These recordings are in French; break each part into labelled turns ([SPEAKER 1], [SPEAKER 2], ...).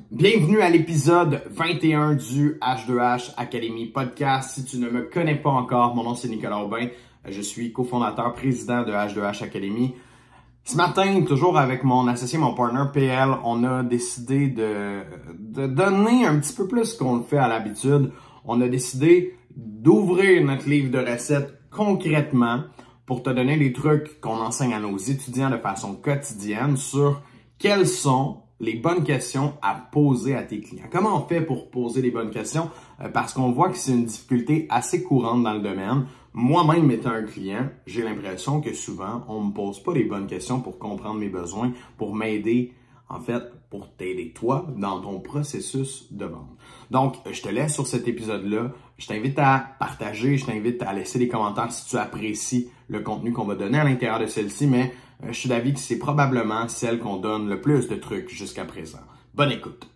[SPEAKER 1] Bienvenue à l'épisode 21 du H2H Academy Podcast. Si tu ne me connais pas encore, mon nom c'est Nicolas Aubin. Je suis cofondateur, président de H2H Academy. Ce matin, toujours avec mon associé, mon partner PL, on a décidé de donner un petit peu plus qu'on le fait à l'habitude. On a décidé d'ouvrir notre livre de recettes concrètement pour te donner des trucs qu'on enseigne à nos étudiants de façon quotidienne sur quels sont les bonnes questions à poser à tes clients. Comment on fait pour poser les bonnes questions? Parce qu'on voit que c'est une difficulté assez courante dans le domaine. Moi-même étant un client, j'ai l'impression que souvent, on ne me pose pas les bonnes questions pour comprendre mes besoins, pour m'aider, en fait, pour t'aider toi dans ton processus de vente. Donc, je te laisse sur cet épisode-là. Je t'invite à partager, je t'invite à laisser des commentaires si tu apprécies le contenu qu'on va donner à l'intérieur de celle-ci, mais je suis d'avis que c'est probablement celle qu'on donne le plus de trucs jusqu'à présent. Bonne écoute!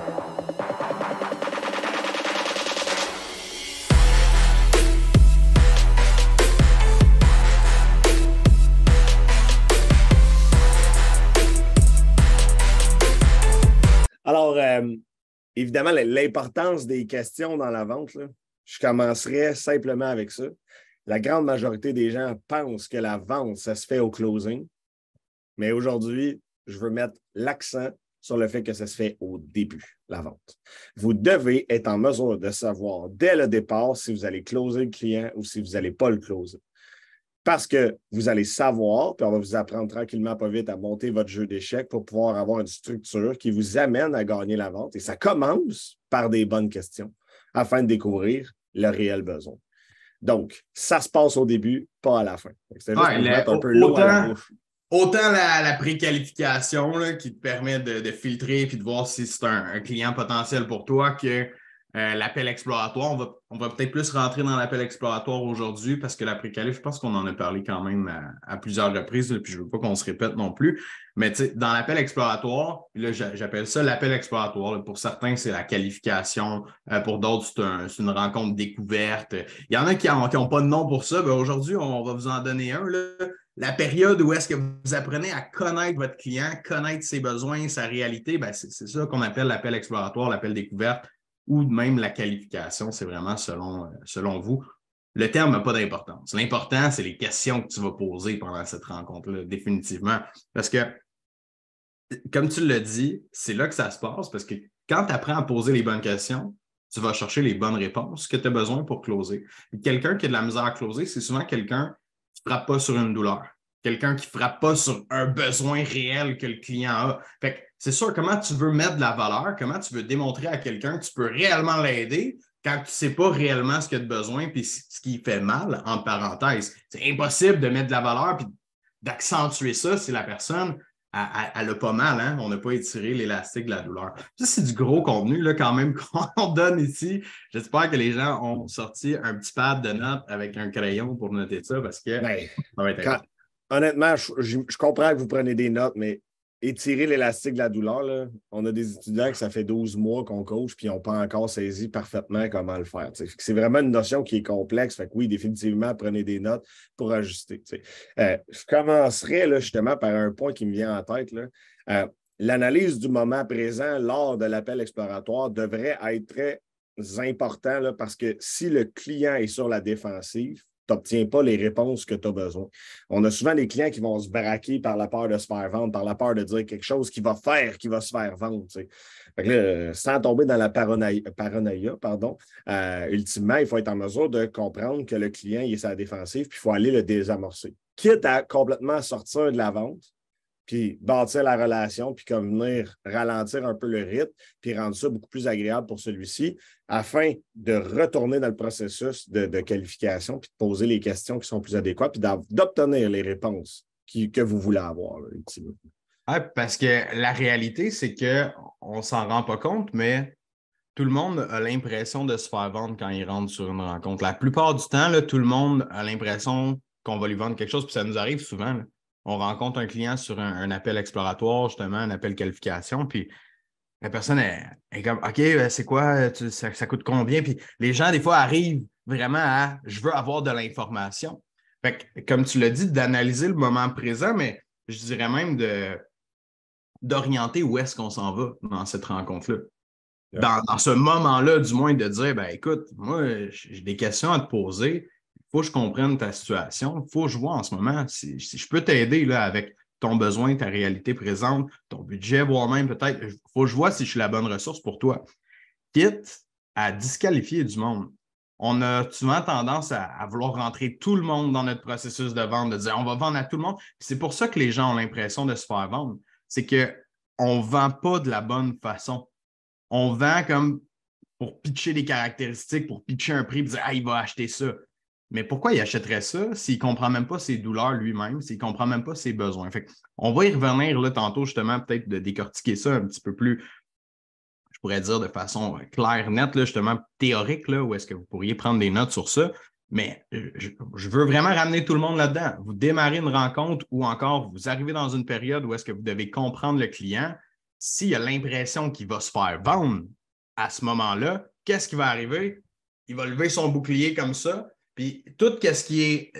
[SPEAKER 2] Alors, évidemment, l'importance des questions dans la vente, là, je commencerai simplement avec ça. La grande majorité des gens pensent que la vente, ça se fait au closing. Mais aujourd'hui, je veux mettre l'accent sur le fait que ça se fait au début, la vente. Vous devez être en mesure de savoir dès le départ si vous allez closer le client ou si vous n'allez pas le closer. Parce que vous allez savoir, puis on va vous apprendre tranquillement, pas vite, à monter votre jeu d'échecs pour pouvoir avoir une structure qui vous amène à gagner la vente. Et ça commence par des bonnes questions afin de découvrir le réel besoin. Donc, ça se passe au début, pas à la fin. C'est juste pour mettre un peu l'eau à la bouche.
[SPEAKER 1] Autant la préqualification là, qui te permet de filtrer et de voir si c'est un client potentiel pour toi que l'appel exploratoire. On va peut-être plus rentrer dans l'appel exploratoire aujourd'hui parce que la préqualif, je pense qu'on en a parlé quand même à plusieurs reprises, là, puis je ne veux pas qu'on se répète non plus. Mais dans l'appel exploratoire, là, j'appelle ça l'appel exploratoire. Là. Pour certains, c'est la qualification. Pour d'autres, c'est une rencontre découverte. Il y en a qui n'ont pas de nom pour ça. Ben, aujourd'hui, on va vous en donner un. Là. La période où est-ce que vous apprenez à connaître votre client, connaître ses besoins, sa réalité, ben c'est ça qu'on appelle l'appel exploratoire, l'appel découverte ou même la qualification. C'est vraiment selon vous. Le terme n'a pas d'importance. L'important, c'est les questions que tu vas poser pendant cette rencontre-là, définitivement. Parce que, comme tu l'as dit, c'est là que ça se passe parce que quand tu apprends à poser les bonnes questions, tu vas chercher les bonnes réponses que tu as besoin pour closer. Et quelqu'un qui a de la misère à closer, c'est souvent quelqu'un qui ne frappe pas sur une douleur. Quelqu'un qui ne frappe pas sur un besoin réel que le client a. Fait que c'est sûr, comment tu veux mettre de la valeur, comment tu veux démontrer à quelqu'un que tu peux réellement l'aider quand tu ne sais pas réellement ce qu'il a de besoin et ce qui fait mal, entre parenthèses. C'est impossible de mettre de la valeur et d'accentuer ça si la personne elle a pas mal. Hein? On n'a pas étiré l'élastique de la douleur. Ça, c'est du gros contenu là, quand même qu'on donne ici. J'espère que les gens ont sorti un petit pad de notes avec un crayon pour noter ça parce que ça va être important.
[SPEAKER 2] Honnêtement, je comprends que vous prenez des notes, mais étirer l'élastique de la douleur, là, on a des étudiants que ça fait 12 mois qu'on coach puis ils n'ont pas encore saisi parfaitement comment le faire. C'est vraiment une notion qui est complexe. Fait que oui, définitivement, prenez des notes pour ajuster. Je commencerai là, justement par un point qui me vient en tête. L'analyse du moment présent lors de l'appel exploratoire devrait être très important là, parce que si le client est sur la défensive, tu n'obtiens pas les réponses que tu as besoin. On a souvent des clients qui vont se braquer par la peur de se faire vendre, par la peur de dire quelque chose qui va se faire vendre. Fait que là, sans tomber dans la paranoïa, ultimement, il faut être en mesure de comprendre que le client il est sur la défensive, puis il faut aller le désamorcer. Quitte à complètement sortir de la vente, puis bâtir la relation, puis comme venir ralentir un peu le rythme, puis rendre ça beaucoup plus agréable pour celui-ci, afin de retourner dans le processus de qualification, puis de poser les questions qui sont plus adéquates, puis d'obtenir les réponses que vous voulez avoir, là, ultimement.
[SPEAKER 1] Ouais, parce que la réalité, c'est qu'on ne s'en rend pas compte, mais tout le monde a l'impression de se faire vendre quand il rentre sur une rencontre. La plupart du temps, là, tout le monde a l'impression qu'on va lui vendre quelque chose, puis ça nous arrive souvent. Là. On rencontre un client sur un appel exploratoire, justement, un appel qualification, puis la personne est comme OK, c'est quoi, ça coûte combien? Puis les gens, des fois, arrivent vraiment à je veux avoir de l'information. Fait que, comme tu l'as dit, d'analyser le moment présent, mais je dirais même d'orienter où est-ce qu'on s'en va dans cette rencontre-là. Ouais. Dans ce moment-là, du moins, de dire, ben écoute, moi, j'ai des questions à te poser, il faut que je comprenne ta situation, il faut que je vois en ce moment si je peux t'aider là, avec ton besoin, ta réalité présente, ton budget, voire même peut-être, il faut que je vois si je suis la bonne ressource pour toi. Quitte à disqualifier du monde. On a souvent tendance à vouloir rentrer tout le monde dans notre processus de vente, de dire on va vendre à tout le monde. C'est pour ça que les gens ont l'impression de se faire vendre. C'est qu'on ne vend pas de la bonne façon. On vend comme pour pitcher des caractéristiques, pour pitcher un prix, et dire il va acheter ça. Mais pourquoi il achèterait ça s'il ne comprend même pas ses douleurs lui-même, s'il ne comprend même pas ses besoins? Fait on va y revenir là, tantôt, justement, peut-être de décortiquer ça un petit peu plus, je pourrais dire de façon claire, nette, là, justement théorique, là, où est-ce que vous pourriez prendre des notes sur ça. Mais je veux vraiment ramener tout le monde là-dedans. Vous démarrez une rencontre ou encore vous arrivez dans une période où est-ce que vous devez comprendre le client. S'il a l'impression qu'il va se faire vendre à ce moment-là, qu'est-ce qui va arriver? Il va lever son bouclier comme ça. Puis tout ce qui est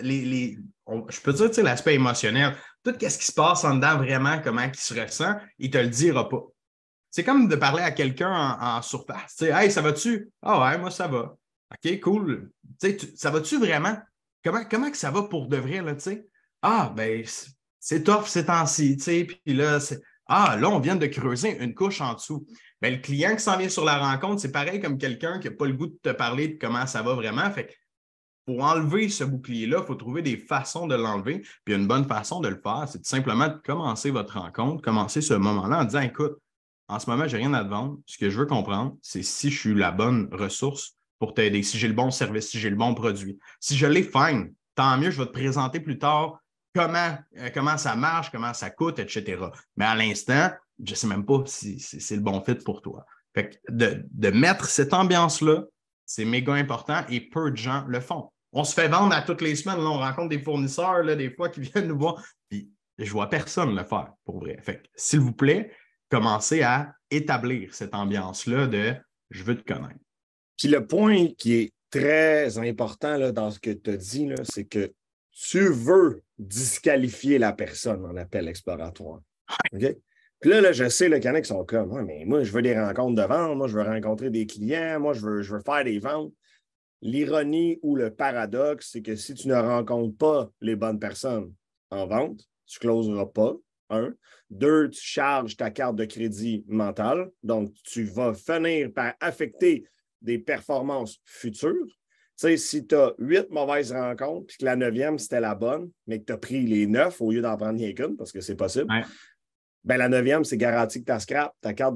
[SPEAKER 1] je peux dire l'aspect émotionnel, tout ce qui se passe en dedans vraiment, comment il se ressent, il ne te le dira pas. C'est comme de parler à quelqu'un en surface. Tu sais, hey, ça va-tu? Ah ouais, moi, ça va. OK, cool. Tu sais, ça va-tu vraiment? Comment que ça va pour de vrai, là, tu sais? Ah, ben, c'est tough ces temps-ci, tu sais. Puis là, là, on vient de creuser une couche en dessous. Ben, le client qui s'en vient sur la rencontre, c'est pareil comme quelqu'un qui n'a pas le goût de te parler de comment ça va vraiment. Fait que pour enlever ce bouclier-là, il faut trouver des façons de l'enlever. Puis une bonne façon de le faire, c'est tout simplement de commencer votre rencontre, commencer ce moment-là en disant, écoute, en ce moment, je n'ai rien à te vendre. Ce que je veux comprendre, c'est si je suis la bonne ressource pour t'aider, si j'ai le bon service, si j'ai le bon produit. Si je l'ai, fine, tant mieux, je vais te présenter plus tard comment ça marche, comment ça coûte, etc. Mais à l'instant, je ne sais même pas si c'est le bon fit pour toi. Fait que de mettre cette ambiance-là, c'est méga important et peu de gens le font. On se fait vendre à toutes les semaines. Là, on rencontre des fournisseurs, là, des fois, qui viennent nous voir. Puis, je vois personne le faire, pour vrai. Fait que, s'il vous plaît, commencez à établir cette ambiance-là de « je veux te connaître ».
[SPEAKER 2] Puis le point qui est très important là, dans ce que tu as dit, c'est que tu veux disqualifier la personne en appel exploratoire. Okay? Puis là, je sais qu'il y en a qui sont comme ouais, mais moi, je veux des rencontres de vente, moi, je veux rencontrer des clients, moi, je veux faire des ventes. L'ironie ou le paradoxe, c'est que si tu ne rencontres pas les bonnes personnes en vente, tu ne closeras pas. 1. 2, tu charges ta carte de crédit mentale. Donc, tu vas finir par affecter des performances futures. Tu sais, si tu as 8 mauvaises rencontres puis que la 9e, c'était la bonne, mais que tu as pris les 9 au lieu d'en prendre rien qu'une, parce que c'est possible, ben, la 9e, c'est garanti que tu as scrap. Ta carte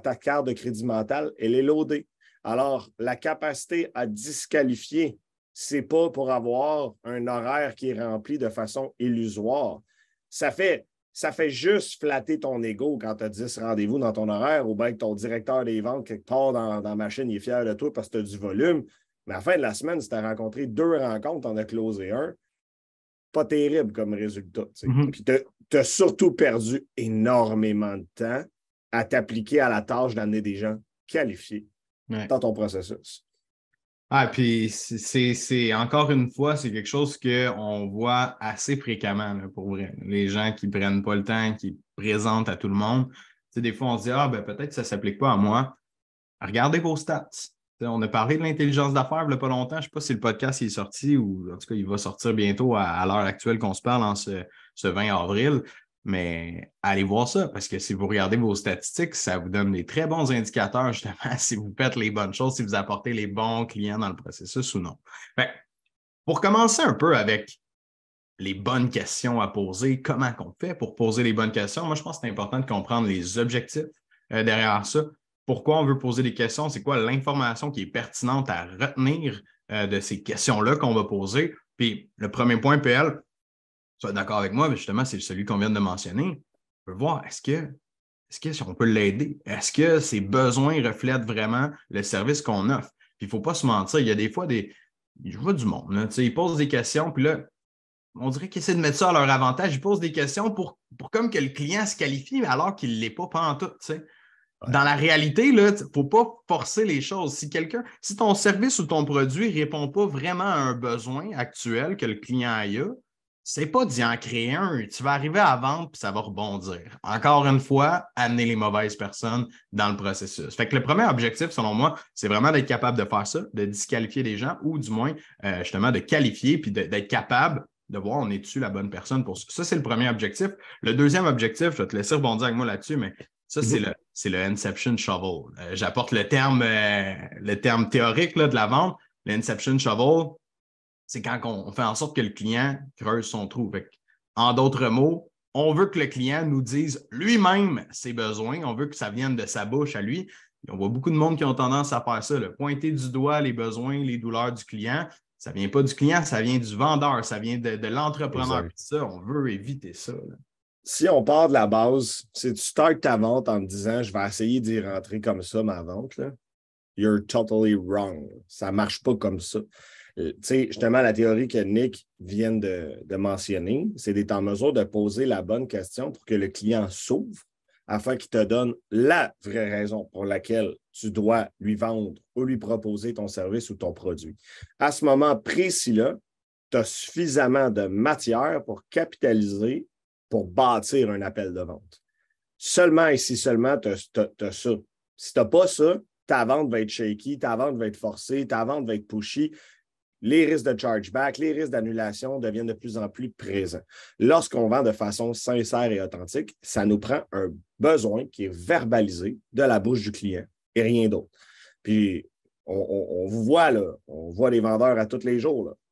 [SPEAKER 2] de crédit mental, elle est loadée. Alors, la capacité à disqualifier, ce n'est pas pour avoir un horaire qui est rempli de façon illusoire. Ça fait juste flatter ton ego quand tu as 10 rendez-vous dans ton horaire ou bien que ton directeur des ventes, quelque part dans la machine, il est fier de toi parce que tu as du volume. Mais à la fin de la semaine, si tu as rencontré 2 rencontres, tu en as closé 1. Pas terrible comme résultat. Puis tu as surtout perdu énormément de temps à t'appliquer à la tâche d'amener des gens qualifiés dans ton processus.
[SPEAKER 1] Ah, puis c'est encore une fois, c'est quelque chose qu'on voit assez fréquemment, là, pour vrai. Les gens qui ne prennent pas le temps, qui présentent à tout le monde. Tu sais, des fois, on se dit ben peut-être que ça ne s'applique pas à moi. Regardez vos stats. T'sais, on a parlé de l'intelligence d'affaires il n'y a pas longtemps. Je ne sais pas si le podcast est sorti ou en tout cas, il va sortir bientôt à l'heure actuelle qu'on se parle en ce 20 avril. Mais allez voir ça, parce que si vous regardez vos statistiques, ça vous donne des très bons indicateurs, justement, si vous faites les bonnes choses, si vous apportez les bons clients dans le processus ou non. Fait, pour commencer un peu avec les bonnes questions à poser, comment on fait pour poser les bonnes questions, moi, je pense que c'est important de comprendre les objectifs derrière ça. Pourquoi on veut poser des questions? C'est quoi l'information qui est pertinente à retenir de ces questions-là qu'on va poser? Puis, le premier point, PL, tu vas être d'accord avec moi, mais justement, c'est celui qu'on vient de mentionner. On peut voir, est-ce que on peut l'aider? Est-ce que ses besoins reflètent vraiment le service qu'on offre? Puis il ne faut pas se mentir, il y a des fois je vois du monde, là, ils posent des questions, puis là, on dirait qu'ils essaient de mettre ça à leur avantage. Ils posent des questions pour comme que le client se qualifie, alors qu'il ne l'est pas pantoute, tu sais. Dans la réalité, il ne faut pas forcer les choses. Si ton service ou ton produit ne répond pas vraiment à un besoin actuel que le client a, c'est pas d'y en créer un. Tu vas arriver à vendre puis ça va rebondir. Encore une fois, amener les mauvaises personnes dans le processus. Fait que le premier objectif, selon moi, c'est vraiment d'être capable de faire ça, de disqualifier des gens ou du moins, justement, de qualifier puis d'être capable de voir on est-tu la bonne personne pour ça. Ça, c'est le premier objectif. Le deuxième objectif, je vais te laisser rebondir avec moi là-dessus, mais ça, c'est le Inception Shovel. J'apporte le terme théorique là, de la vente. Le Inception Shovel, c'est quand on fait en sorte que le client creuse son trou. En d'autres mots, on veut que le client nous dise lui-même ses besoins. On veut que ça vienne de sa bouche à lui. On voit beaucoup de monde qui ont tendance à faire ça, pointer du doigt les besoins, les douleurs du client. Ça ne vient pas du client, ça vient du vendeur, ça vient de l'entrepreneur. Ça, on veut éviter ça. Là.
[SPEAKER 2] Si on part de la base, si tu startes ta vente en te disant je vais essayer d'y rentrer comme ça, ma vente, là, you're totally wrong. Ça ne marche pas comme ça. Tu sais, justement, la théorie que Nick vient de mentionner, c'est d'être en mesure de poser la bonne question pour que le client s'ouvre afin qu'il te donne la vraie raison pour laquelle tu dois lui vendre ou lui proposer ton service ou ton produit. À ce moment précis-là, tu as suffisamment de matière pour capitaliser, pour bâtir un appel de vente. Seulement et si seulement tu as ça. Si tu n'as pas ça, ta vente va être shaky, ta vente va être forcée, ta vente va être pushy. Les risques de chargeback, les risques d'annulation deviennent de plus en plus présents. Lorsqu'on vend de façon sincère et authentique, ça nous prend un besoin qui est verbalisé de la bouche du client et rien d'autre. Puis, on vous voit, là, on voit les vendeurs à tous les jours. Là.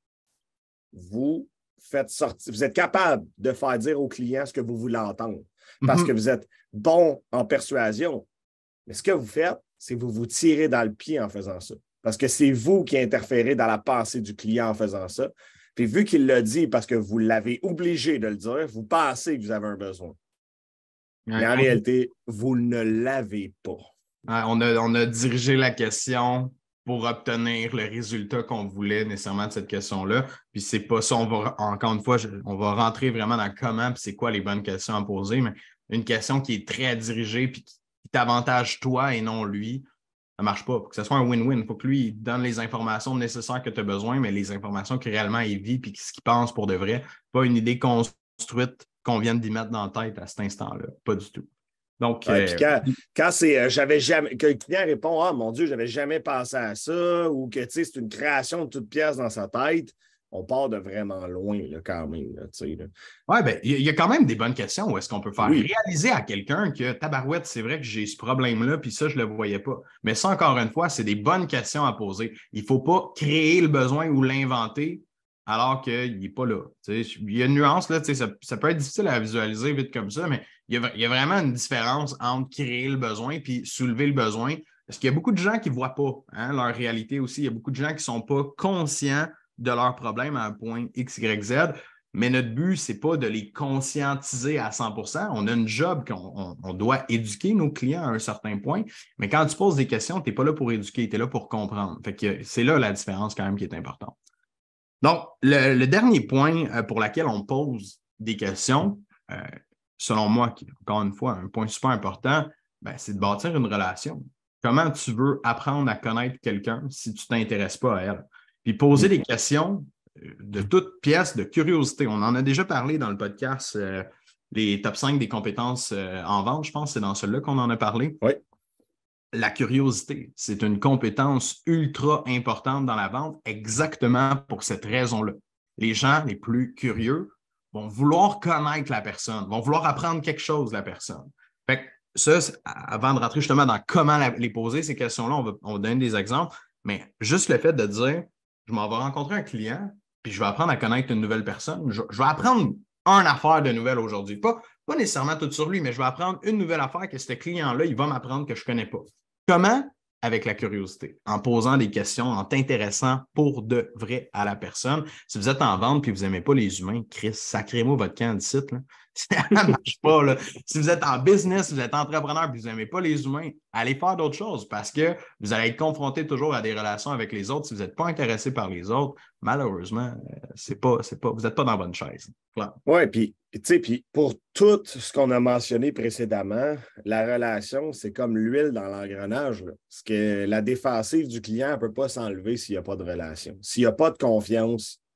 [SPEAKER 2] Vous faites sortir, vous êtes capable de faire dire au client ce que vous voulez entendre parce que vous êtes bon en persuasion. Mais ce que vous faites, c'est que vous vous tirez dans le pied en faisant ça. Parce que c'est vous qui interférez dans la pensée du client en faisant ça. Puis vu qu'il l'a dit parce que vous l'avez obligé de le dire, vous pensez que vous avez un besoin. Mais en réalité, vous ne l'avez pas.
[SPEAKER 1] On a dirigé la question pour obtenir le résultat qu'on voulait nécessairement de cette question-là. Puis c'est pas ça, encore une fois, on va rentrer vraiment dans comment puis c'est quoi les bonnes questions à poser, mais une question qui est très dirigée puis qui t'avantage toi et non lui. Ça ne marche pas. Il faut que ce soit un win-win. Il faut que lui il donne les informations nécessaires que tu as besoin, mais les informations que réellement il vit et ce qu'il pense pour de vrai. Pas une idée construite qu'on vient d'y mettre dans la tête à cet instant-là. Pas du tout. Donc,
[SPEAKER 2] puis quand c'est j'avais jamais que le client répond ah mon Dieu, j'avais jamais pensé à ça ou que c'est une création de toute pièce dans sa tête, on part de vraiment loin là, quand même.
[SPEAKER 1] Oui, bien, il y a quand même des bonnes questions où est-ce qu'on peut faire réaliser à quelqu'un que tabarouette, c'est vrai que j'ai ce problème-là, puis ça, je ne le voyais pas. Mais ça, encore une fois, c'est des bonnes questions à poser. Il ne faut pas créer le besoin ou l'inventer alors qu'il n'est pas là. Il y a une nuance, là, ça peut être difficile à visualiser vite comme ça, mais il y a vraiment une différence entre créer le besoin et soulever le besoin. Parce qu'il y a beaucoup de gens qui ne voient pas leur réalité aussi. Il y a beaucoup de gens qui ne sont pas conscients de leurs problèmes à un point X, Y, Z. Mais notre but, ce n'est pas de les conscientiser à 100%. On a une job qu'on doit éduquer nos clients à un certain point. Mais quand tu poses des questions, tu n'es pas là pour éduquer, tu es là pour comprendre. Fait que c'est là la différence quand même qui est importante. Donc, le dernier point pour lequel on pose des questions, selon moi, qui est encore une fois un point super important, c'est de bâtir une relation. Comment tu veux apprendre à connaître quelqu'un si tu ne t'intéresses pas à elle? Puis poser des questions de toute pièce de curiosité. On en a déjà parlé dans le podcast, les top 5 des compétences en vente, je pense, c'est dans celui-là qu'on en a parlé.
[SPEAKER 2] Oui.
[SPEAKER 1] La curiosité, c'est une compétence ultra importante dans la vente, exactement pour cette raison-là. Les gens les plus curieux vont vouloir connaître la personne, vont vouloir apprendre quelque chose de la personne. Fait que ça, avant de rentrer justement dans comment les poser, ces questions-là, on va donner des exemples, mais juste le fait de dire je m'en vais rencontrer un client, puis je vais apprendre à connaître une nouvelle personne. Je vais apprendre une affaire de nouvelle aujourd'hui. Pas nécessairement tout sur lui, mais je vais apprendre une nouvelle affaire que ce client-là, il va m'apprendre que je ne connais pas. Comment? Avec la curiosité, en posant des questions, en t'intéressant pour de vrai à la personne. Si vous êtes en vente et vous n'aimez pas les humains, Chris, sacrez-moi votre camp de site. Là. Ça ne marche pas. Là. Si vous êtes en business, vous êtes entrepreneur et vous n'aimez pas les humains, allez faire d'autres choses parce que vous allez être confronté toujours à des relations avec les autres. Si vous n'êtes pas intéressé par les autres, malheureusement, vous n'êtes pas dans la bonne chaise.
[SPEAKER 2] Oui, puis pour tout ce qu'on a mentionné précédemment, la relation, c'est comme l'huile dans l'engrenage. Parce que la défensive du client ne peut pas s'enlever s'il n'y a pas de relation. S'il n'y a pas de confiance,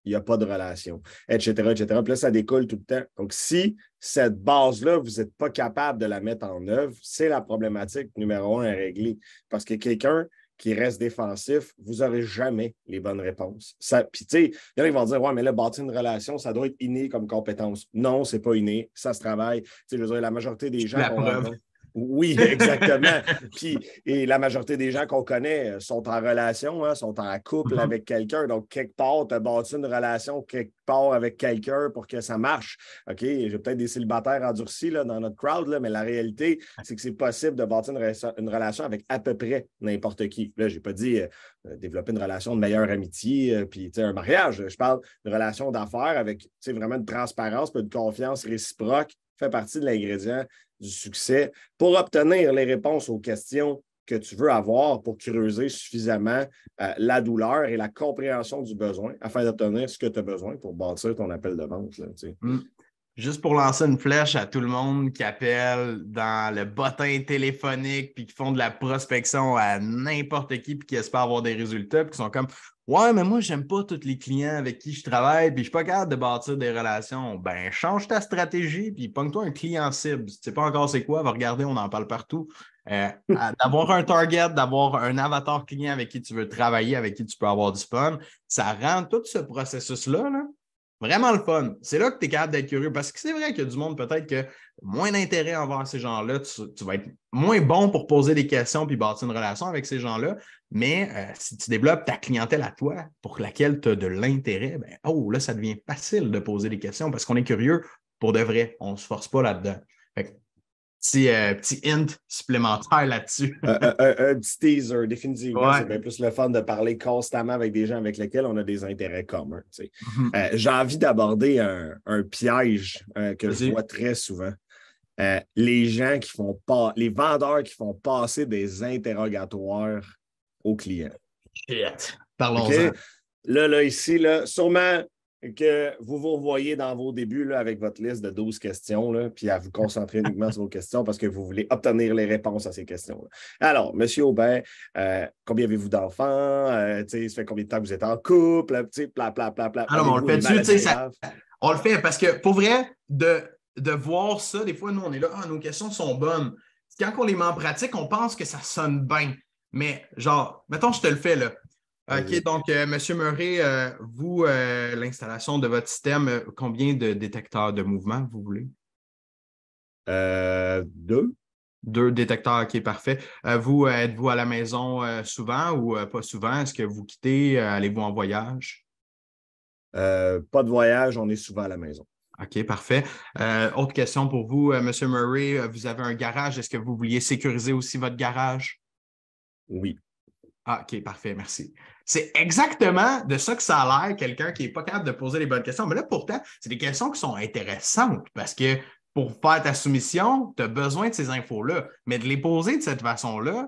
[SPEAKER 2] il n'y a pas de relation, etc., etc. Puis là, ça découle tout le temps. Donc, si cette base-là, vous n'êtes pas capable de la mettre en œuvre, c'est la problématique numéro 1 à régler. Parce que quelqu'un qui reste défensif, vous n'aurez jamais les bonnes réponses. Puis, tu sais, il y en a qui vont dire, ouais, mais là, bâtir une relation, ça doit être inné comme compétence. Non, c'est pas inné, ça se travaille. Tu sais, je veux dire, la majorité des gens
[SPEAKER 1] La
[SPEAKER 2] qu'on
[SPEAKER 1] preuve.
[SPEAKER 2] rencontre. Oui, exactement. Et la majorité des gens qu'on connaît sont en relation, hein, sont en couple avec quelqu'un. Donc, quelque part, tu as bâti une relation quelque part avec quelqu'un pour que ça marche. OK, j'ai peut-être des célibataires endurcis là, dans notre crowd, là, mais la réalité, c'est que c'est possible de bâtir une relation avec à peu près n'importe qui. Là, je n'ai pas dit développer une relation de meilleure amitié, puis un mariage. Je parle de relation d'affaires avec vraiment une transparence, une confiance réciproque, fait partie de l'ingrédient du succès pour obtenir les réponses aux questions que tu veux avoir pour creuser suffisamment la douleur et la compréhension du besoin afin d'obtenir ce que tu as besoin pour bâtir ton appel de vente. Là,
[SPEAKER 1] Juste pour lancer une flèche à tout le monde qui appelle dans le bottin téléphonique puis qui font de la prospection à n'importe qui puis qui espèrent avoir des résultats puis qui sont comme ouais, mais moi, j'aime pas tous les clients avec qui je travaille puis je suis pas capable de bâtir des relations. Ben, change ta stratégie puis pogne-toi un client cible. Si tu sais pas encore c'est quoi, va regarder, on en parle partout. D'avoir un target, d'avoir un avatar client avec qui tu veux travailler, avec qui tu peux avoir du fun, ça rend tout ce processus-là, là, vraiment le fun. C'est là que tu es capable d'être curieux parce que c'est vrai qu'il y a du monde peut-être que moins d'intérêt envers ces gens-là, tu vas être moins bon pour poser des questions puis bâtir une relation avec ces gens-là. Mais si tu développes ta clientèle à toi pour laquelle tu as de l'intérêt, ben, oh, là, ça devient facile de poser des questions parce qu'on est curieux pour de vrai. On ne se force pas là-dedans. Fait que, petit hint supplémentaire là-dessus.
[SPEAKER 2] Un petit teaser, définitivement,
[SPEAKER 1] Ouais.
[SPEAKER 2] c'est bien plus le fun de parler constamment avec des gens avec lesquels on a des intérêts communs. J'ai envie d'aborder un piège que je vois très souvent. Les gens qui font pas, les vendeurs qui font passer des interrogatoires aux clients.
[SPEAKER 1] Shit. Parlons-en.
[SPEAKER 2] Okay? Là, ici, là, sûrement que vous vous revoyez dans vos débuts là, avec votre liste de 12 questions, là, puis à vous concentrer uniquement sur vos questions parce que vous voulez obtenir les réponses à ces questions-là. Alors, M. Aubin, combien avez-vous d'enfants? Ça fait combien de temps que vous êtes en couple? Pla.
[SPEAKER 1] Alors, on le fait dessus, on le fait parce que pour vrai, de voir ça, des fois, nous, on est là, nos questions sont bonnes. Quand on les met en pratique, on pense que ça sonne bien. Mais genre, mettons, je te le fais là. OK, donc, M. Murray, vous, l'installation de votre système, combien de détecteurs de mouvement vous voulez?
[SPEAKER 2] 2.
[SPEAKER 1] 2 détecteurs, OK, parfait. Vous, êtes-vous à la maison souvent ou pas souvent? Est-ce que vous quittez? Allez-vous en voyage?
[SPEAKER 2] Pas de voyage, on est souvent à la maison.
[SPEAKER 1] OK, parfait. Autre question pour vous, M. Murray, vous avez un garage. Est-ce que vous vouliez sécuriser aussi votre garage?
[SPEAKER 2] Oui.
[SPEAKER 1] Ah, OK, parfait, merci. C'est exactement de ça que ça a l'air, quelqu'un qui n'est pas capable de poser les bonnes questions. Mais là, pourtant, c'est des questions qui sont intéressantes parce que pour faire ta soumission, tu as besoin de ces infos-là. Mais de les poser de cette façon-là,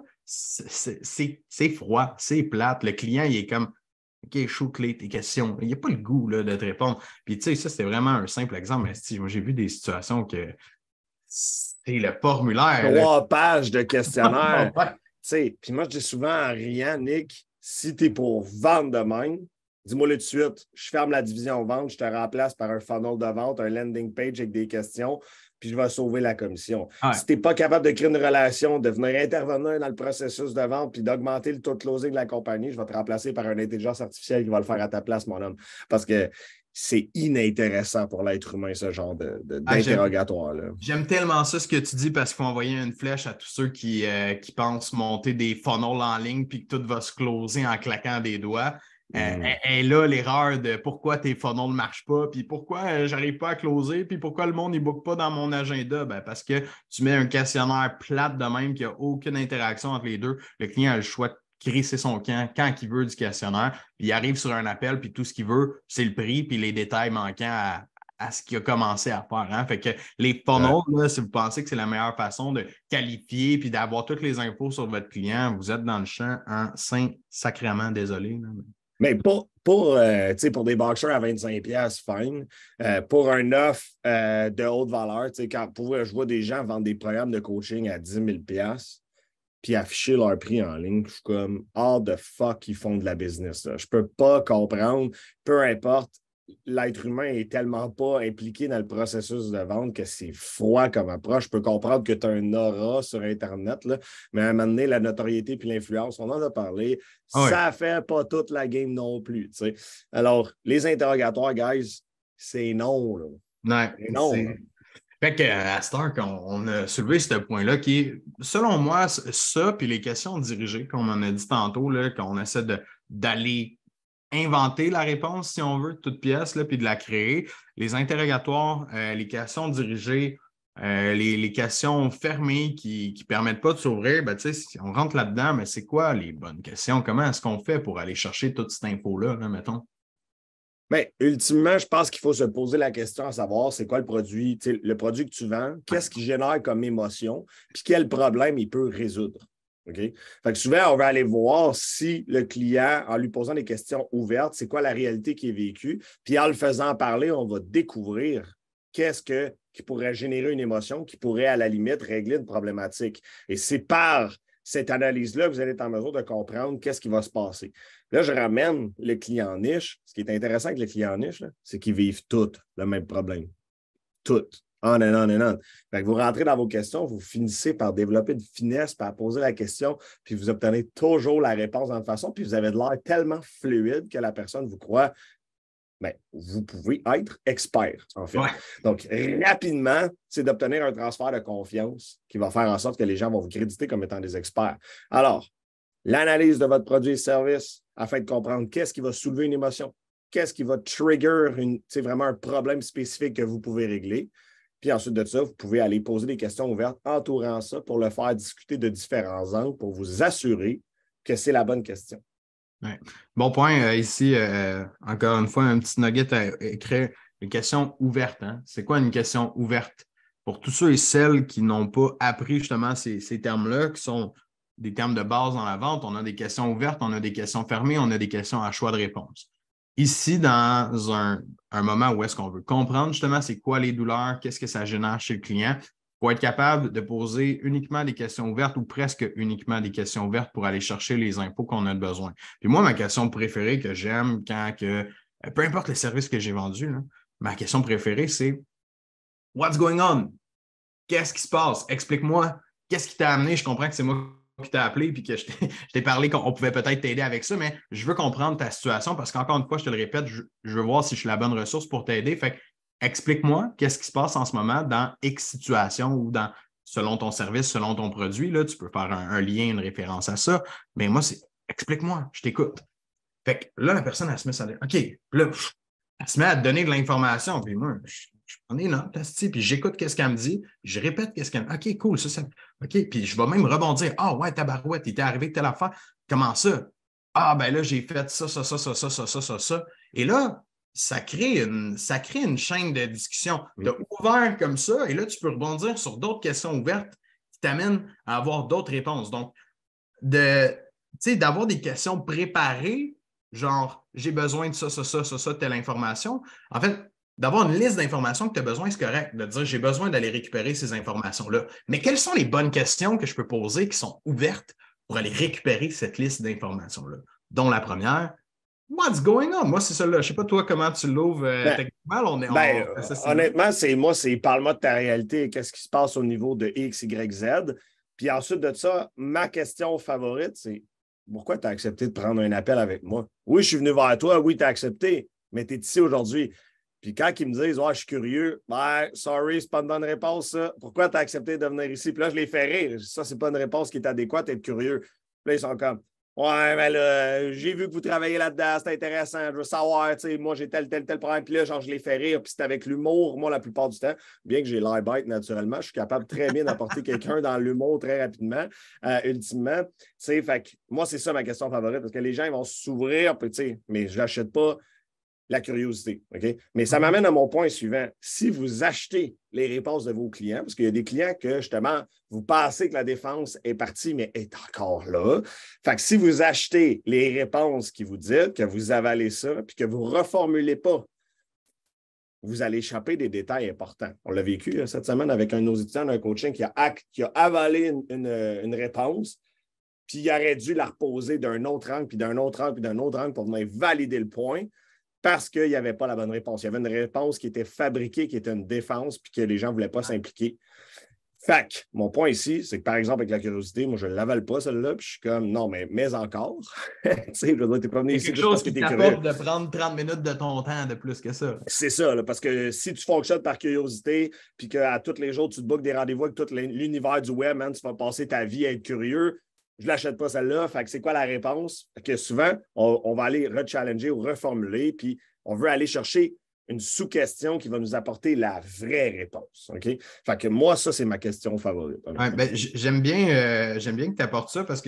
[SPEAKER 1] c'est froid, c'est plate. Le client, il est comme OK, shoot-les tes questions. Il n'y a pas le goût là, de te répondre. Puis, tu sais, ça, c'était vraiment un simple exemple. Mais si, moi, j'ai vu des situations que c'est le formulaire.
[SPEAKER 2] 3 pages de questionnaire.
[SPEAKER 1] Ouais.
[SPEAKER 2] Puis moi, je dis souvent en riant, Nick, si tu es pour vendre de même, dis-moi tout de suite, je ferme la division vente, je te remplace par un funnel de vente, un landing page avec des questions, puis je vais sauver la commission.
[SPEAKER 1] Ouais.
[SPEAKER 2] Si tu n'es pas capable de créer une relation, de venir intervenir dans le processus de vente, puis d'augmenter le taux de closing de la compagnie, je vais te remplacer par une intelligence artificielle qui va le faire à ta place, mon homme. Parce que c'est inintéressant pour l'être humain, ce genre d'interrogatoire-là.
[SPEAKER 1] J'aime tellement ça ce que tu dis parce qu'il faut envoyer une flèche à tous ceux qui pensent monter des funnels en ligne puis que tout va se closer en claquant des doigts. Et là, l'erreur de pourquoi tes funnels ne marchent pas, puis pourquoi j'arrive pas à closer, puis pourquoi le monde ne book pas dans mon agenda. Ben, parce que tu mets un questionnaire plate de même qui n'a aucune interaction entre les deux. Le client a le choix de crisser son camp quand il veut du questionnaire, puis il arrive sur un appel, puis tout ce qu'il veut, c'est le prix, puis les détails manquants à ce qu'il a commencé à faire. Hein? Fait que les funnels, là, si vous pensez que c'est la meilleure façon de qualifier puis d'avoir toutes les infos sur votre client, vous êtes dans le champ en sacrément désolé. Là.
[SPEAKER 2] Mais pour des boxers à 25$, fine. Pour un offre de haute valeur, je vois des gens vendre des programmes de coaching à 10 000$ puis afficher leur prix en ligne. Je suis comme, how the fuck ils font de la business. Là. Je peux pas comprendre, peu importe l'être humain est tellement pas impliqué dans le processus de vente que c'est froid comme approche. Je peux comprendre que tu as un aura sur Internet, là, mais à un moment donné, la notoriété puis l'influence, on en a parlé,
[SPEAKER 1] Ah ouais.
[SPEAKER 2] ça fait pas toute la game non plus. Tu sais. Alors, les interrogatoires, guys, c'est non. Là.
[SPEAKER 1] Ouais,
[SPEAKER 2] C'est non. Là.
[SPEAKER 1] Fait qu'à cette heure qu'on a soulevé ce point-là, qui est, selon moi, ça, puis les questions dirigées, comme on a dit tantôt, là, qu'on essaie d'aller inventer la réponse, si on veut, de toute pièce, là, puis de la créer. Les interrogatoires, les questions dirigées, les questions fermées qui ne permettent pas de s'ouvrir, ben, si on rentre là-dedans, mais c'est quoi les bonnes questions? Comment est-ce qu'on fait pour aller chercher toute cette info-là, là, mettons?
[SPEAKER 2] Mais ultimement, je pense qu'il faut se poser la question à savoir c'est quoi le produit que tu vends, qu'est-ce qui génère comme émotion, puis quel problème il peut résoudre. OK? Fait que souvent, on va aller voir si le client, en lui posant des questions ouvertes, c'est quoi la réalité qui est vécue, puis en le faisant parler, on va découvrir qui pourrait générer une émotion, qui pourrait, à la limite, régler une problématique. Et c'est par cette analyse-là que vous allez être en mesure de comprendre qu'est-ce qui va se passer. Là, je ramène le client niche. Ce qui est intéressant avec le client niche, c'est qu'ils vivent tous le même problème. Toutes. On and on and on. Fait que vous rentrez dans vos questions, vous finissez par développer une finesse, par poser la question, puis vous obtenez toujours la réponse en façon, puis vous avez de l'air tellement fluide que la personne vous croit. Mais vous pouvez être expert, en fait.
[SPEAKER 1] Ouais.
[SPEAKER 2] Donc, rapidement, c'est d'obtenir un transfert de confiance qui va faire en sorte que les gens vont vous créditer comme étant des experts. Alors, l'analyse de votre produit et service afin de comprendre qu'est-ce qui va soulever une émotion, qu'est-ce qui va trigger vraiment un problème spécifique que vous pouvez régler. Puis ensuite de ça, vous pouvez aller poser des questions ouvertes entourant ça pour le faire discuter de différents angles pour vous assurer que c'est la bonne question.
[SPEAKER 1] Ouais. Bon point ici, encore une fois, un petit nugget à écrire, une question ouverte. Hein? C'est quoi une question ouverte? Pour tous ceux et celles qui n'ont pas appris justement ces termes-là, qui sont des termes de base dans la vente, on a des questions ouvertes, on a des questions fermées, on a des questions à choix de réponse. Ici, dans un moment où est-ce qu'on veut comprendre justement c'est quoi les douleurs, qu'est-ce que ça génère chez le client, pour être capable de poser uniquement des questions ouvertes ou presque uniquement des questions ouvertes pour aller chercher les infos qu'on a besoin. Puis moi, ma question préférée que j'aime peu importe le service que j'ai vendu, là, ma question préférée, c'est What's going on? Qu'est-ce qui se passe? Explique-moi. Qu'est-ce qui t'a amené? Je comprends que c'est moi qui t'ai appelé et que je t'ai parlé qu'on pouvait peut-être t'aider avec ça, mais je veux comprendre ta situation parce qu'encore une fois, je te le répète, je veux voir si je suis la bonne ressource pour t'aider. Fait explique-moi qu'est-ce qui se passe en ce moment dans X situation ou selon ton service, selon ton produit. Là, tu peux faire un lien, une référence à ça. Mais moi, c'est explique-moi, je t'écoute. Fait que là, la personne, elle se met à dire OK, là, elle se met à te donner de l'information. Puis moi, je prends des notes, puis j'écoute qu'est-ce qu'elle me dit, je répète qu'est-ce qu'elle me dit. OK, cool, ça. OK, puis je vais même rebondir. Ah ouais, tabarouette, il t'est arrivé telle affaire. Comment ça? Ah, ben là, j'ai fait ça. Et là, ça crée une chaîne de discussion. Tu as ouvert comme ça, et là, tu peux rebondir sur d'autres questions ouvertes qui t'amènent à avoir d'autres réponses. Donc, d'avoir des questions préparées, genre, j'ai besoin de ça, telle information. En fait, d'avoir une liste d'informations que tu as besoin, c'est correct. De dire, j'ai besoin d'aller récupérer ces informations-là. Mais quelles sont les bonnes questions que je peux poser qui sont ouvertes pour aller récupérer cette liste d'informations-là? Dont la première, What's going on? Moi, c'est ça là. Je ne sais pas toi comment tu l'ouvres techniquement.
[SPEAKER 2] Honnêtement, c'est parle-moi de ta réalité, qu'est-ce qui se passe au niveau de X, Y, Z. Puis ensuite de ça, ma question favorite, c'est pourquoi tu as accepté de prendre un appel avec moi? Oui, je suis venu vers toi, oui, tu as accepté, mais tu es ici aujourd'hui. Puis quand ils me disent, je suis curieux, sorry, c'est pas une bonne réponse, ça. Pourquoi tu as accepté de venir ici? Puis là, je les fais rire. Ça, c'est pas une réponse qui est adéquate, être curieux. Puis là, ils sont comme, ouais, mais là, j'ai vu que vous travaillez là-dedans, c'est intéressant, je veux savoir, tu sais, moi, j'ai tel problème, puis là, genre, je les fais rire, puis c'est avec l'humour, moi, la plupart du temps, bien que j'ai l'air bête naturellement, je suis capable très bien d'apporter quelqu'un dans l'humour très rapidement, ultimement, tu sais, fait que moi, c'est ça ma question favorite, parce que les gens, ils vont s'ouvrir, puis tu sais, mais je n'achète pas la curiosité, OK? Mais ça m'amène à mon point suivant. Si vous achetez les réponses de vos clients, parce qu'il y a des clients que, justement, vous pensez que la défense est partie, mais est encore là. Fait que si vous achetez les réponses qui vous disent, que vous avalez ça, puis que vous ne reformulez pas, vous allez échapper des détails importants. On l'a vécu cette semaine avec un de nos étudiants d'un coaching qui a avalé une réponse, puis il aurait dû la reposer d'un autre angle, puis d'un autre angle, puis d'un autre angle pour venir valider le point. parce qu'il n'y avait pas la bonne réponse. Il y avait une réponse qui était fabriquée, qui était une défense, puis que les gens ne voulaient pas s'impliquer. Fait que, mon point ici, c'est que, par exemple, avec la curiosité, moi, je ne l'avale pas, celle-là, puis je suis comme, non, mais encore. Tu sais, je veux dire, t'es pas venu
[SPEAKER 1] C'est
[SPEAKER 2] ici
[SPEAKER 1] quelque
[SPEAKER 2] juste parce
[SPEAKER 1] chose
[SPEAKER 2] que
[SPEAKER 1] qui
[SPEAKER 2] tu es curieux.
[SPEAKER 1] t'apporte de prendre 30 minutes de ton temps de plus que ça.
[SPEAKER 2] C'est ça, là, parce que si tu fonctionnes par curiosité, puis qu'à tous les jours, tu te bookes des rendez-vous avec tout l'univers du web, man, tu vas passer ta vie à être curieux, je ne l'achète pas celle-là. Fait que c'est quoi la réponse? Fait que souvent, on va aller rechallenger ou reformuler, puis on veut aller chercher une sous-question qui va nous apporter la vraie réponse. OK? Fait que moi, ça, c'est ma question favorite.
[SPEAKER 1] Ouais, ben, j'aime bien que tu apportes ça parce que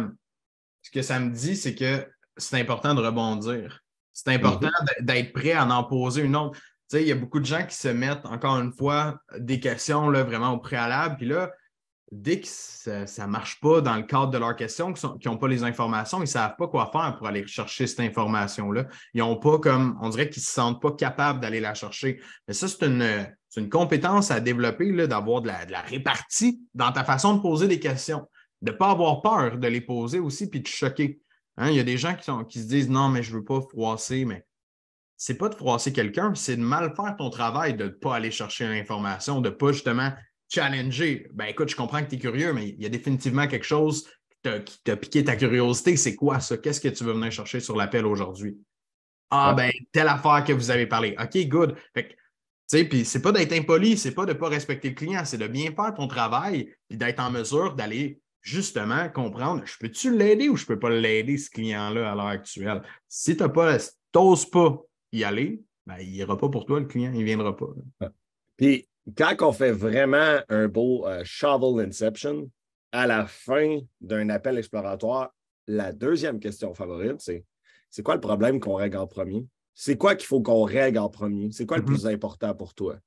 [SPEAKER 1] ce que ça me dit, c'est que c'est important de rebondir. C'est important d'être prêt à en poser une autre. Tu sais, il y a beaucoup de gens qui se mettent, encore une fois, des questions là, vraiment au préalable. Puis là, dès que ça ne marche pas dans le cadre de leurs questions, qui n'ont pas les informations, ils ne savent pas quoi faire pour aller chercher cette information-là. Ils n'ont pas comme, on dirait qu'ils ne se sentent pas capables d'aller la chercher. Mais ça, c'est une compétence à développer, là, d'avoir de la répartie dans ta façon de poser des questions, de ne pas avoir peur de les poser aussi puis de choquer. Hein, il y a des gens qui se disent non, mais je ne veux pas froisser, mais c'est pas de froisser quelqu'un, c'est de mal faire ton travail, de ne pas aller chercher l'information, de ne pas justement challenger. Ben écoute, je comprends que tu es curieux, mais il y a définitivement quelque chose qui t'a piqué ta curiosité. C'est quoi ça? Qu'est-ce que tu veux venir chercher sur l'appel aujourd'hui? Ah, ben, telle affaire que vous avez parlé. OK, good. Fait que, tu sais, puis c'est pas d'être impoli, c'est pas de ne pas respecter le client, c'est de bien faire ton travail et d'être en mesure d'aller justement comprendre, je peux-tu l'aider ou je peux pas l'aider, ce client-là, à l'heure actuelle? Si tu n'oses pas y aller, ben, il n'ira pas pour toi, le client, il ne viendra pas.
[SPEAKER 2] Puis, quand on fait vraiment un beau shovel inception, à la fin d'un appel exploratoire, la deuxième question favorite, c'est quoi le problème qu'on règle en premier? C'est quoi qu'il faut qu'on règle en premier? C'est quoi le plus important pour toi?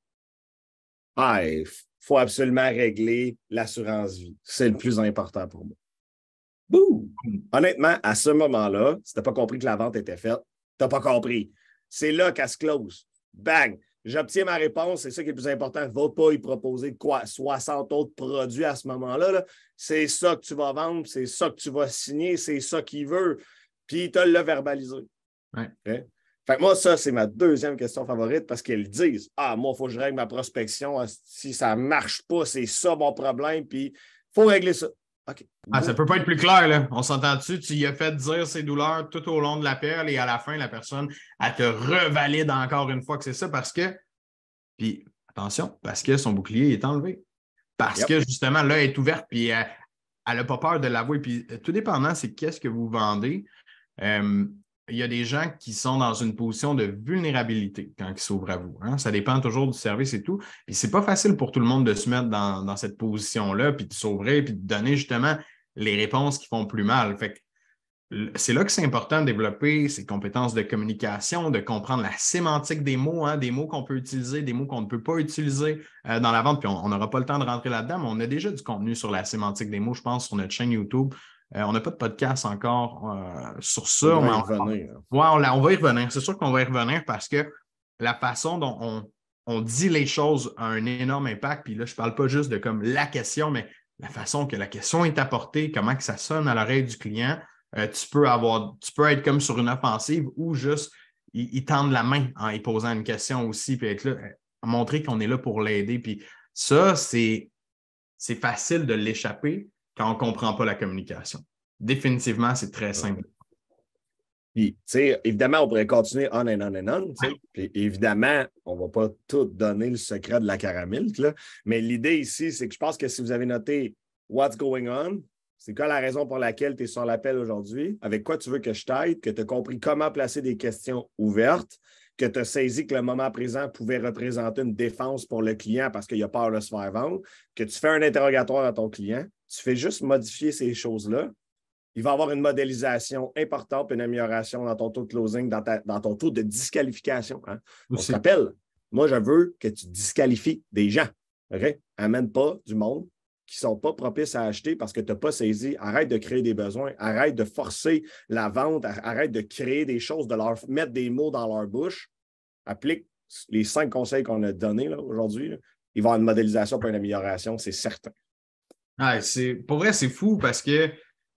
[SPEAKER 2] Ah, il faut absolument régler l'assurance vie. C'est le plus important pour moi. Bouh! Honnêtement, à ce moment-là, si tu n'as pas compris que la vente était faite, tu n'as pas compris. C'est là qu'elle se close. Bang! J'obtiens ma réponse, c'est ça qui est le plus important. Va pas y proposer quoi? 60 autres produits à ce moment-là. Là. C'est ça que tu vas vendre, c'est ça que tu vas signer, c'est ça qu'il veut. Puis il te l'a verbalisé.
[SPEAKER 1] Ouais.
[SPEAKER 2] Okay? Fait que moi, ça, c'est ma deuxième question favorite parce qu'ils disent ah, moi, il faut que je règle ma prospection. Si ça ne marche pas, c'est ça mon problème. Puis il faut régler ça. OK.
[SPEAKER 1] Ah, ça ne peut pas être plus clair, là. On s'entend dessus. Tu y as fait dire ses douleurs tout au long de l'appel et à la fin, la personne, elle te revalide encore une fois que c'est ça parce que, puis attention, parce que son bouclier est enlevé. Parce que justement, là, elle est ouverte puis elle n'a pas peur de l'avouer. Puis tout dépendant, c'est qu'est-ce que vous vendez. Il y a des gens qui sont dans une position de vulnérabilité quand ils s'ouvrent à vous. Hein? Ça dépend toujours du service et tout. Puis c'est pas facile pour tout le monde de se mettre dans cette position-là, puis de s'ouvrir, puis de donner justement les réponses qui font plus mal. Fait que c'est là que c'est important de développer ces compétences de communication, de comprendre la sémantique des mots, hein, des mots qu'on peut utiliser, des mots qu'on ne peut pas utiliser dans la vente. Puis on n'aura pas le temps de rentrer là-dedans, mais on a déjà du contenu sur la sémantique des mots, je pense, sur notre chaîne YouTube. On n'a pas de podcast encore sur ça.
[SPEAKER 2] On va y revenir.
[SPEAKER 1] On va y revenir. C'est sûr qu'on va y revenir parce que la façon dont on dit les choses a un énorme impact. Puis là, je ne parle pas juste de comme la question, mais la façon que la question est apportée, comment que ça sonne à l'oreille du client. Tu peux être comme sur une offensive ou juste ils tendent la main en y posant une question aussi, puis être là, montrer qu'on est là pour l'aider. Puis ça, c'est facile de l'échapper quand on ne comprend pas la communication. Définitivement, c'est très simple.
[SPEAKER 2] Puis, tu sais, évidemment, on pourrait continuer on and on and on. Puis, évidemment, on ne va pas tout donner le secret de la caramilk, là. Mais l'idée ici, c'est que je pense que si vous avez noté What's going on, c'est quoi la raison pour laquelle tu es sur l'appel aujourd'hui, avec quoi tu veux que je t'aide, que tu as compris comment placer des questions ouvertes, que tu as saisi que le moment présent pouvait représenter une défense pour le client parce qu'il a peur de se faire vendre, que tu fais un interrogatoire à ton client, tu fais juste modifier ces choses-là. Il va y avoir une modélisation importante, une amélioration dans ton taux de closing, dans ton taux de disqualification. Hein? On se rappelle, moi, je veux que tu disqualifies des gens. Okay? Amène pas du monde qui ne sont pas propices à acheter parce que tu n'as pas saisi. Arrête de créer des besoins, arrête de forcer la vente, arrête de créer des choses, de leur mettre des mots dans leur bouche. Applique les 5 conseils qu'on a donnés là, aujourd'hui. Là. Il va y avoir une modélisation pour une amélioration, c'est certain.
[SPEAKER 1] Pour vrai, c'est fou parce que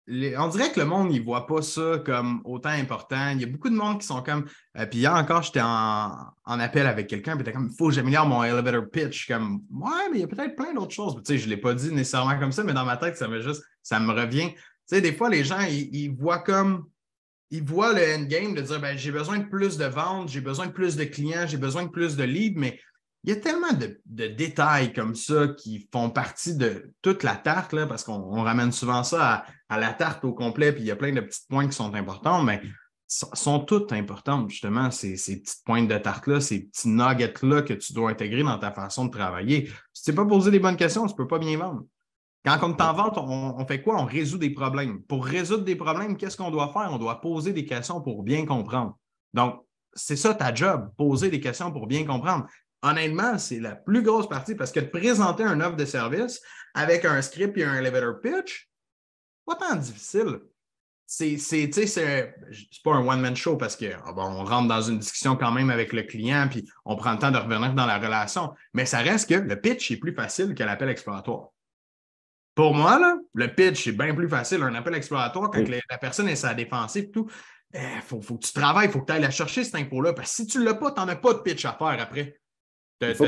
[SPEAKER 1] on dirait que le monde, il ne voit pas ça comme autant important. Il y a beaucoup de monde qui sont comme. Puis hier encore, j'étais en appel avec quelqu'un, puis t'es comme, il faut que j'améliore mon elevator pitch. Comme, ouais, mais il y a peut-être plein d'autres choses. Tu sais, je ne l'ai pas dit nécessairement comme ça, mais dans ma tête, ça me revient. Tu sais, des fois, les gens, ils voient comme. Ils voient le endgame de dire, ben, j'ai besoin de plus de ventes, j'ai besoin de plus de clients, j'ai besoin de plus de leads, mais il y a tellement de détails comme ça qui font partie de toute la tarte, là, parce qu'on ramène souvent ça à la tarte au complet, puis il y a plein de petites pointes qui sont importantes, mais sont toutes importantes, justement, ces petites pointes de tarte-là, ces petits nuggets-là que tu dois intégrer dans ta façon de travailler. Si tu n'es pas posé les bonnes questions, tu ne peux pas bien vendre. Quand on est en vente, on fait quoi? On résout des problèmes. Pour résoudre des problèmes, qu'est-ce qu'on doit faire? On doit poser des questions pour bien comprendre. Donc, c'est ça ta job, poser des questions pour bien comprendre. Honnêtement, c'est la plus grosse partie parce que de présenter une offre de service avec un script et un elevator pitch, pas tant difficile. C'est pas un one-man show parce qu'on rentre dans une discussion quand même avec le client puis on prend le temps de revenir dans la relation. Mais ça reste que le pitch est plus facile que l'appel exploratoire. Pour moi, là, le pitch, c'est bien plus facile. Un appel exploratoire, quand la personne est sa défensive et tout, faut que tu travailles, il faut que tu ailles la chercher, cette info-là. Parce que si tu ne l'as pas, tu n'en as pas de pitch à faire après.
[SPEAKER 2] Il faut que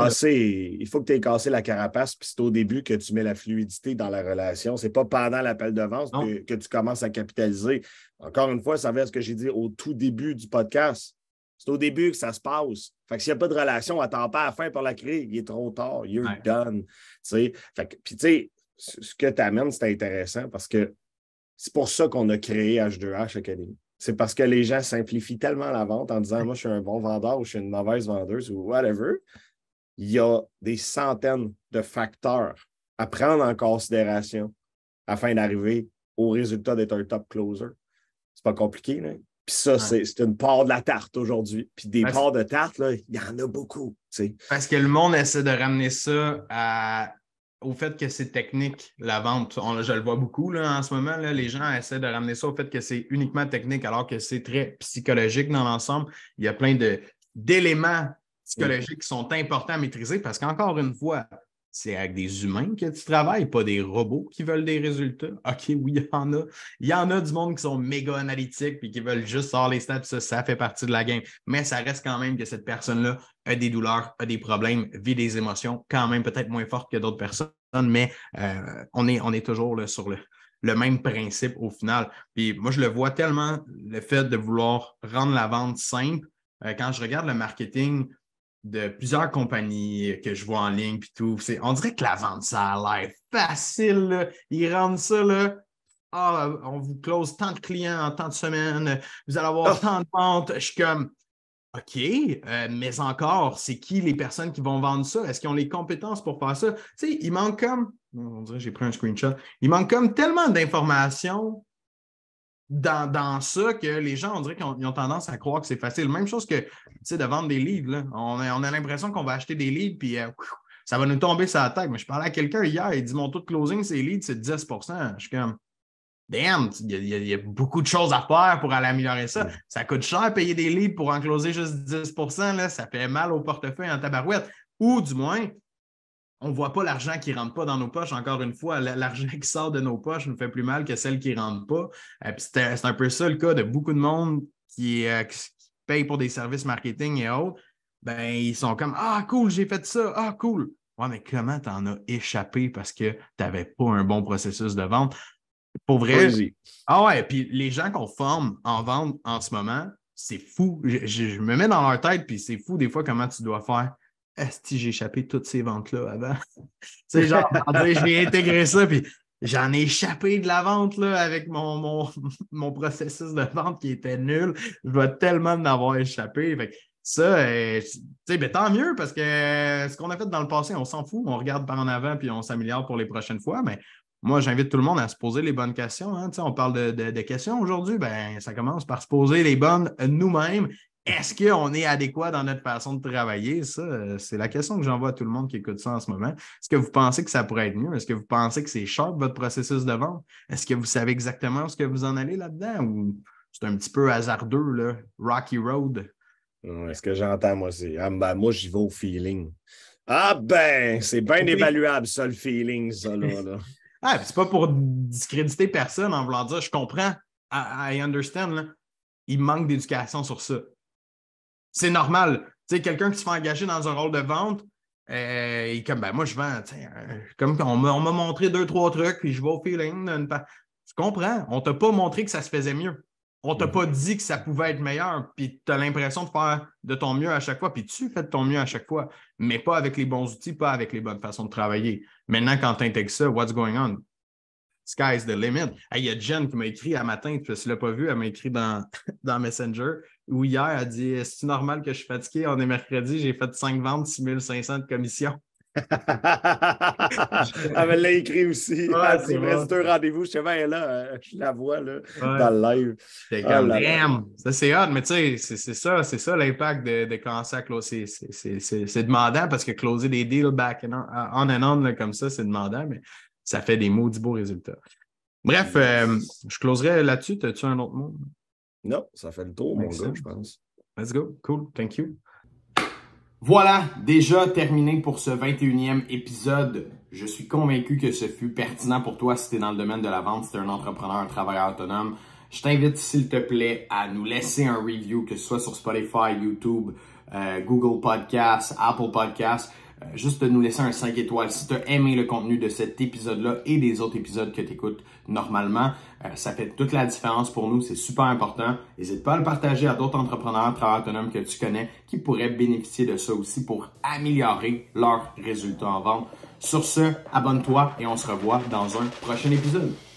[SPEAKER 2] tu aies cassé la carapace, puis c'est au début que tu mets la fluidité dans la relation. Ce n'est pas pendant l'appel de vente que tu commences à capitaliser. Encore une fois, ça revient à ce que j'ai dit au tout début du podcast. C'est au début que ça se passe. Fait que s'il n'y a pas de relation, attends pas à la fin pour la créer. Il est trop tard. You're done. Puis, tu sais, ce que tu amènes, c'est intéressant parce que c'est pour ça qu'on a créé H2H Academy. C'est parce que les gens simplifient tellement la vente en disant « Moi, je suis un bon vendeur ou je suis une mauvaise vendeuse ou whatever ». Il y a des centaines de facteurs à prendre en considération afin d'arriver au résultat d'être un top closer. C'est pas compliqué, là. Puis ça, c'est une part de la tarte aujourd'hui. Puis des parts de tarte, là, il y en a beaucoup. T'sais.
[SPEAKER 1] Parce que le monde essaie de ramener ça au fait que c'est technique, la vente. Je le vois beaucoup là, en ce moment. Là, les gens essaient de ramener ça au fait que c'est uniquement technique, alors que c'est très psychologique dans l'ensemble. Il y a plein d'éléments psychologiques qui sont importants à maîtriser parce qu'encore une fois, c'est avec des humains que tu travailles, pas des robots qui veulent des résultats. OK, oui, il y en a. Il y en a du monde qui sont méga analytiques et qui veulent juste sortir les stats. Ça fait partie de la game. Mais ça reste quand même que cette personne-là a des douleurs, a des problèmes, vit des émotions quand même peut-être moins fortes que d'autres personnes, mais on est toujours là, sur le même principe au final. Puis moi, je le vois tellement, le fait de vouloir rendre la vente simple. Quand je regarde le marketing de plusieurs compagnies que je vois en ligne puis tout. On dirait que la vente, ça a l'air facile. Là. Ils rendent ça, là. Ah, on vous close tant de clients en tant de semaines, vous allez avoir tant de ventes. Je suis comme OK, mais encore, c'est qui les personnes qui vont vendre ça? Est-ce qu'ils ont les compétences pour faire ça? Tu sais, il manque comme. On dirait que j'ai pris un screenshot. Il manque comme tellement d'informations dans ça que les gens, on dirait qu'ils ont tendance à croire que c'est facile. Même chose que de vendre des livres. Là. On a l'impression qu'on va acheter des leads puis ça va nous tomber sur la tête. Mais je parlais à quelqu'un hier, il dit mon taux de closing, c'est leads, c'est 10 Je suis comme damn, il y a beaucoup de choses à faire pour aller améliorer ça. Ça coûte cher payer des leads pour en closer juste 10 là, ça fait mal au portefeuille en tabarouette. Ou du moins, on ne voit pas l'argent qui ne rentre pas dans nos poches. Encore une fois, l'argent qui sort de nos poches nous fait plus mal que celle qui ne rentre pas. C'est un peu ça le cas de beaucoup de monde qui paye pour des services marketing et autres. Ben, ils sont comme « Ah, cool, j'ai fait ça. Ah, cool. » Ouais, mais comment tu en as échappé parce que tu n'avais pas un bon processus de vente? Pour vrai. Ah ouais, puis les gens qu'on forme en vente en ce moment, c'est fou. Je me mets dans leur tête, puis c'est fou des fois comment tu dois faire. Est-ce que j'ai échappé toutes ces ventes-là avant? Tu sais, genre, je vais intégrer ça, puis j'en ai échappé de la vente là, avec mon processus de vente qui était nul. Je vais tellement en avoir échappé. Fait que ça, ben, tant mieux parce que ce qu'on a fait dans le passé, on s'en fout. On regarde par en avant puis on s'améliore pour les prochaines fois. Mais moi, j'invite tout le monde à se poser les bonnes questions. Hein. On parle de questions aujourd'hui. Ben, ça commence par se poser les bonnes nous-mêmes. Est-ce qu'on est adéquat dans notre façon de travailler? Ça, c'est la question que j'envoie à tout le monde qui écoute ça en ce moment. Est-ce que vous pensez que ça pourrait être mieux? Est-ce que vous pensez que c'est sharp, votre processus de vente? Est-ce que vous savez exactement où est-ce que vous en allez là-dedans? Ou c'est un petit peu hasardeux, là? Rocky Road?
[SPEAKER 2] Ce que j'entends, moi, c'est moi, j'y vais au feeling. Ah ben, c'est bien évaluable, ça, le feeling, ça, là.
[SPEAKER 1] Ah, c'est pas pour discréditer personne en voulant dire, je comprends, I understand, là. Il manque d'éducation sur ça. C'est normal. Tu sais, quelqu'un qui se fait engager dans un rôle de vente, il est comme, ben moi, je vends, comme on m'a montré 2-3 trucs, puis je vais au feeling. Tu comprends? On t'a pas montré que ça se faisait mieux. On t'a pas dit que ça pouvait être meilleur, puis tu as l'impression de faire de ton mieux à chaque fois, puis tu fais de ton mieux à chaque fois, mais pas avec les bons outils, pas avec les bonnes façons de travailler. Maintenant, quand tu intègres ça, what's going on? Sky's the limit. Il y a Jen qui m'a écrit à matin, tu ne l'as pas vu, elle m'a écrit dans Messenger, où hier, elle dit « Est-ce normal que je suis fatigué? On est mercredi, j'ai fait 5 ventes, 6500 de commission. »
[SPEAKER 2] Elle me l'a écrit aussi.
[SPEAKER 1] Ouais,
[SPEAKER 2] Elle dit, il me reste 2 rendez-vous. Je sais bien là, je la vois là, dans le live.
[SPEAKER 1] C'est comme, damn! Ça, c'est hot, mais tu sais, c'est ça l'impact de commencer à closer. C'est demandant parce que closer des deals back on and on là, comme ça, c'est demandant, mais ça fait des maudits beaux résultats. Bref, je closerai là-dessus. As-tu un autre mot?
[SPEAKER 2] Non, ça fait le tour, mon gars, je pense.
[SPEAKER 1] Let's go. Cool. Thank you. Voilà, déjà terminé pour ce 21e épisode. Je suis convaincu que ce fut pertinent pour toi si tu es dans le domaine de la vente, si tu es un entrepreneur, un travailleur autonome. Je t'invite, s'il te plaît, à nous laisser un review, que ce soit sur Spotify, YouTube, Google Podcasts, Apple Podcasts. Juste de nous laisser un 5 étoiles si tu as aimé le contenu de cet épisode-là et des autres épisodes que tu écoutes normalement. Ça fait toute la différence pour nous, c'est super important. N'hésite pas à le partager à d'autres entrepreneurs, travailleurs autonomes que tu connais qui pourraient bénéficier de ça aussi pour améliorer leurs résultats en vente. Sur ce, abonne-toi et on se revoit dans un prochain épisode.